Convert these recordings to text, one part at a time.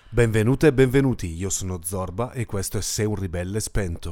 Benvenute e benvenuti, io sono Zorba e questo è Sei un ribelle spento.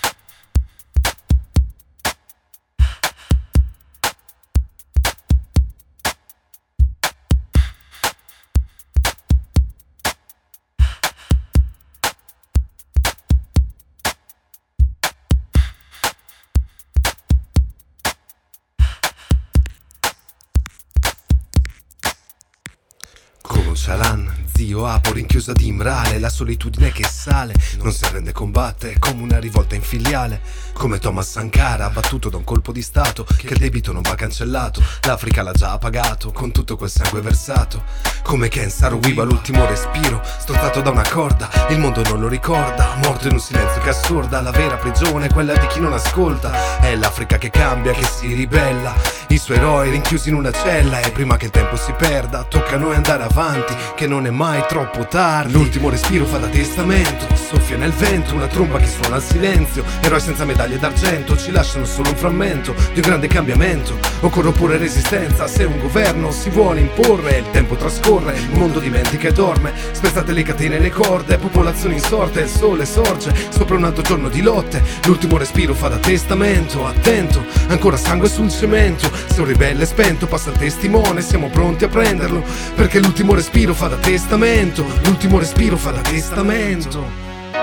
Come un Shalan, zio Apo rinchiuso ad Imrale, la solitudine che sale, non si arrende, combatte come una rivolta in filiale. Come Thomas Sankara, abbattuto da un colpo di stato, che il debito non va cancellato, l'Africa l'ha già pagato, con tutto quel sangue versato. Come Ken Saro-Wiwa, l'ultimo respiro, strozzato da una corda, il mondo non lo ricorda, morto in un silenzio che assorda. La vera prigione è quella di chi non ascolta, è l'Africa che cambia, che si ribella, i suoi eroi rinchiusi in una cella. E prima che il tempo si perda, tocca a noi andare avanti, che non è mai troppo tardi. L'ultimo respiro fa da testamento, soffia nel vento una tromba che suona al silenzio. Eroi senza medaglie d'argento ci lasciano solo un frammento di un grande cambiamento. Occorre opporre resistenza se un governo si vuole imporre. Il tempo trascorre, il mondo dimentica e dorme, spezzate le catene e le corde, popolazione insorte, il sole sorge sopra un altro giorno di lotte. L'ultimo respiro fa da testamento, attento, ancora sangue sul cemento. Se un ribelle è spento passa il testimone, siamo pronti a prenderlo, perché l'ultimo respiro fa da testamento, l'ultimo respiro fa da testamento.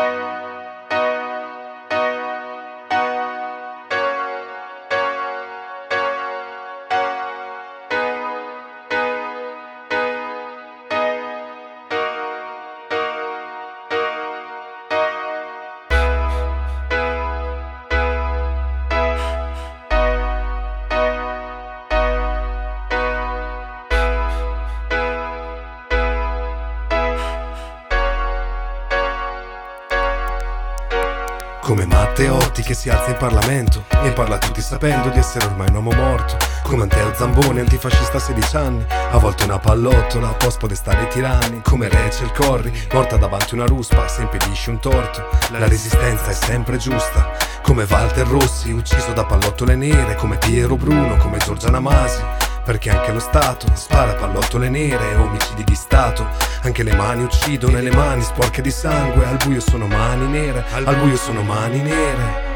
Come Matteotti che si alza in Parlamento e parla a tutti sapendo di essere ormai un uomo morto. Come Anteo Zamboni, antifascista a 16 anni, a volte una pallottola, post podestare i tiranni. Come Rachel Corrie, morta davanti una ruspa, se impedisci un torto, la resistenza è sempre giusta. Come Walter Rossi, ucciso da pallottole nere. Come Piero Bruno, come Giorgiana Masi, perché anche lo Stato spara pallottole nere, omicidi di Stato. Anche le mani uccidono e le mani sporche di sangue, al buio sono mani nere, al buio sono mani nere.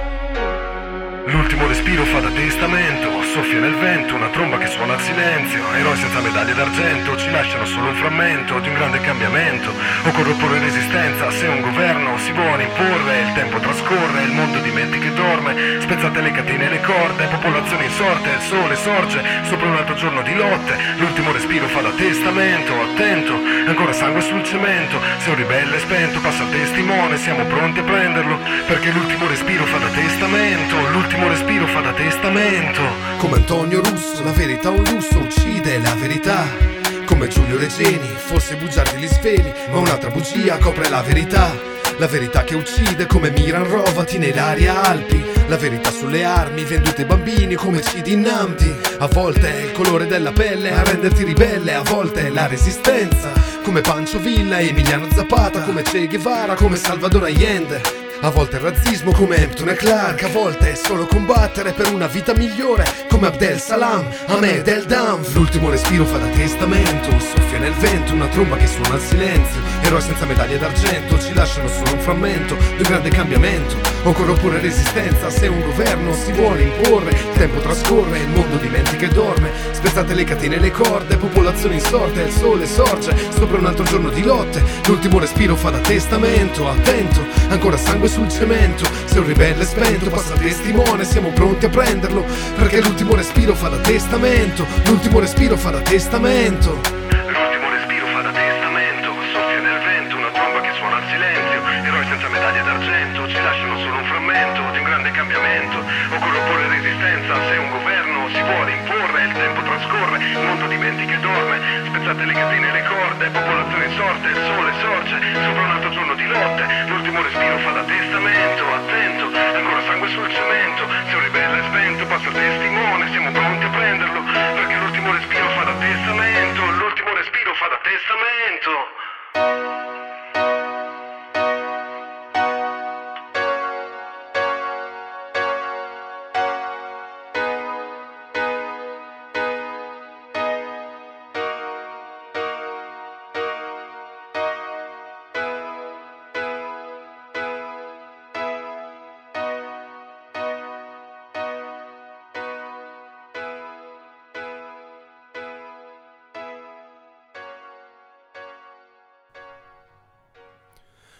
L'ultimo respiro fa da testamento, soffia nel vento una tromba che suona al silenzio. Eroi senza medaglie d'argento ci lasciano solo un frammento di un grande cambiamento. Occorre opporre resistenza se un governo si vuole imporre. Il tempo trascorre, il mondo dimentica e dorme, spezzate le catene e le corde, popolazione insorte, il sole sorge sopra un altro giorno di lotte. L'ultimo respiro fa da testamento, attento, ancora sangue sul cemento. Se un ribelle è spento passa il testimone, siamo pronti a prenderlo, perché l'ultimo respiro fa da testamento, l'ultimo respiro fa da testamento. Come Antonio Russo, la verità un lusso uccide la verità. Come Giulio Regeni, forse bugiardi gli sveli, ma un'altra bugia copre la verità. La verità che uccide come Miran Hrovatin e Ilaria Alpi. La verità sulle armi vendute ai bambini come Cidi Nnamdi. A volte è il colore della pelle a renderti ribelle, a volte è la resistenza. Come Pancho Villa e Emiliano Zapata, come Che Guevara, come Salvador Allende. A volte è il razzismo come Hampton e Clark, a volte è solo combattere per una vita migliore come Abdel Salam, Ahmed El Danf. L'ultimo respiro fa da testamento, soffia nel vento una tromba che suona al silenzio. Eroi senza medaglie d'argento ci lasciano solo un frammento di un grande cambiamento. Occorre opporre resistenza se un governo si vuole imporre. Il tempo trascorre, il mondo dimentica e dorme, spezzate le catene e le corde, popolazione insorte, il sole sorge sopra un altro giorno di lotte. L'ultimo respiro fa da testamento, attento, ancora sangue sul cemento. Se un ribelle è spento passa il testimone, siamo pronti a prenderlo, perché l'ultimo respiro fa da testamento, l'ultimo respiro fa da testamento. L'ultimo respiro fa da testamento, soffia nel vento una tromba che suona al silenzio. Eroi senza medaglie d'argento ci lasciano solo un frammento di un grande cambiamento. Occorre opporre resistenza se un governo si vuole imporre. Il tempo trascorre, il mondo dimentica e dorme, spezzate le catene e le corde, popolazione insorte, il sole sorge sopra un altro giorno di lotte. L'ultimo respiro fa da testamento, attento, ancora sangue sul cemento. Se un ribelle è spento passa il testimone, siamo pronti a prenderlo, perché l'ultimo respiro fa da testamento, l'ultimo respiro fa da testamento.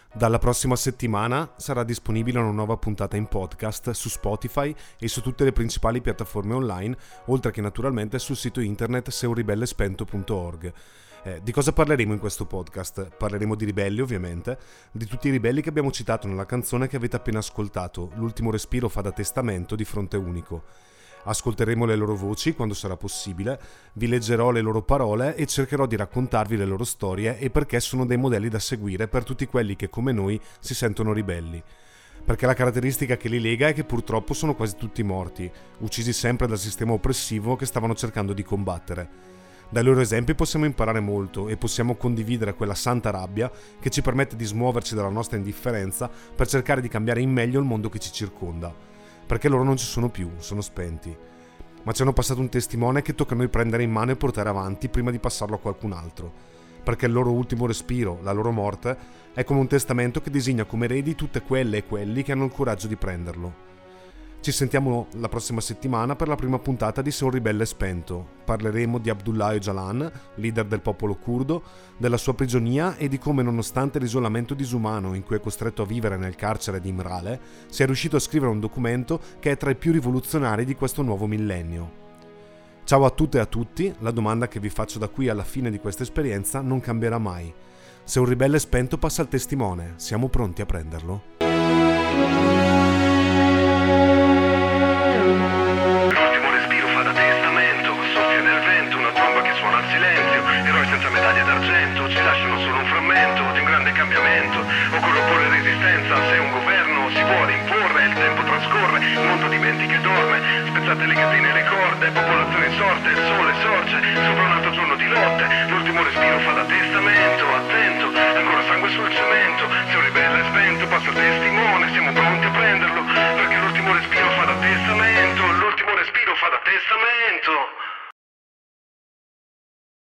Dalla prossima settimana sarà disponibile una nuova puntata in podcast su Spotify e su tutte le principali piattaforme online, oltre che naturalmente sul sito internet seunribellespento.org. Di cosa parleremo in questo podcast? Parleremo di ribelli, ovviamente, di tutti i ribelli che abbiamo citato nella canzone che avete appena ascoltato, L'ultimo respiro fa da testamento di Fronte Unico. Ascolteremo le loro voci quando sarà possibile, vi leggerò le loro parole e cercherò di raccontarvi le loro storie e perché sono dei modelli da seguire per tutti quelli che come noi si sentono ribelli. Perché la caratteristica che li lega è che purtroppo sono quasi tutti morti, uccisi sempre dal sistema oppressivo che stavano cercando di combattere. Dai loro esempi possiamo imparare molto e possiamo condividere quella santa rabbia che ci permette di smuoverci dalla nostra indifferenza per cercare di cambiare in meglio il mondo che ci circonda. Perché loro non ci sono più, sono spenti. Ma ci hanno passato un testimone che tocca a noi prendere in mano e portare avanti prima di passarlo a qualcun altro. Perché il loro ultimo respiro, la loro morte, è come un testamento che designa come eredi tutte quelle e quelli che hanno il coraggio di prenderlo. Ci sentiamo la prossima settimana per la prima puntata di Se un ribelle spento. Parleremo di Abdullah Öcalan, leader del popolo curdo, della sua prigionia e di come, nonostante l'isolamento disumano in cui è costretto a vivere nel carcere di Imrale, sia riuscito a scrivere un documento che è tra i più rivoluzionari di questo nuovo millennio. Ciao a tutte e a tutti, la domanda che vi faccio da qui alla fine di questa esperienza non cambierà mai. Se un ribelle spento passa al testimone, siamo pronti a prenderlo? Senza medaglie d'argento ci lasciano solo un frammento di un grande cambiamento. Occorre opporre resistenza se un governo si vuole imporre. Il tempo trascorre, il mondo dimentica e dorme. Spezzate le catene e le corde, popolazione insorte, il sole sorge sopra una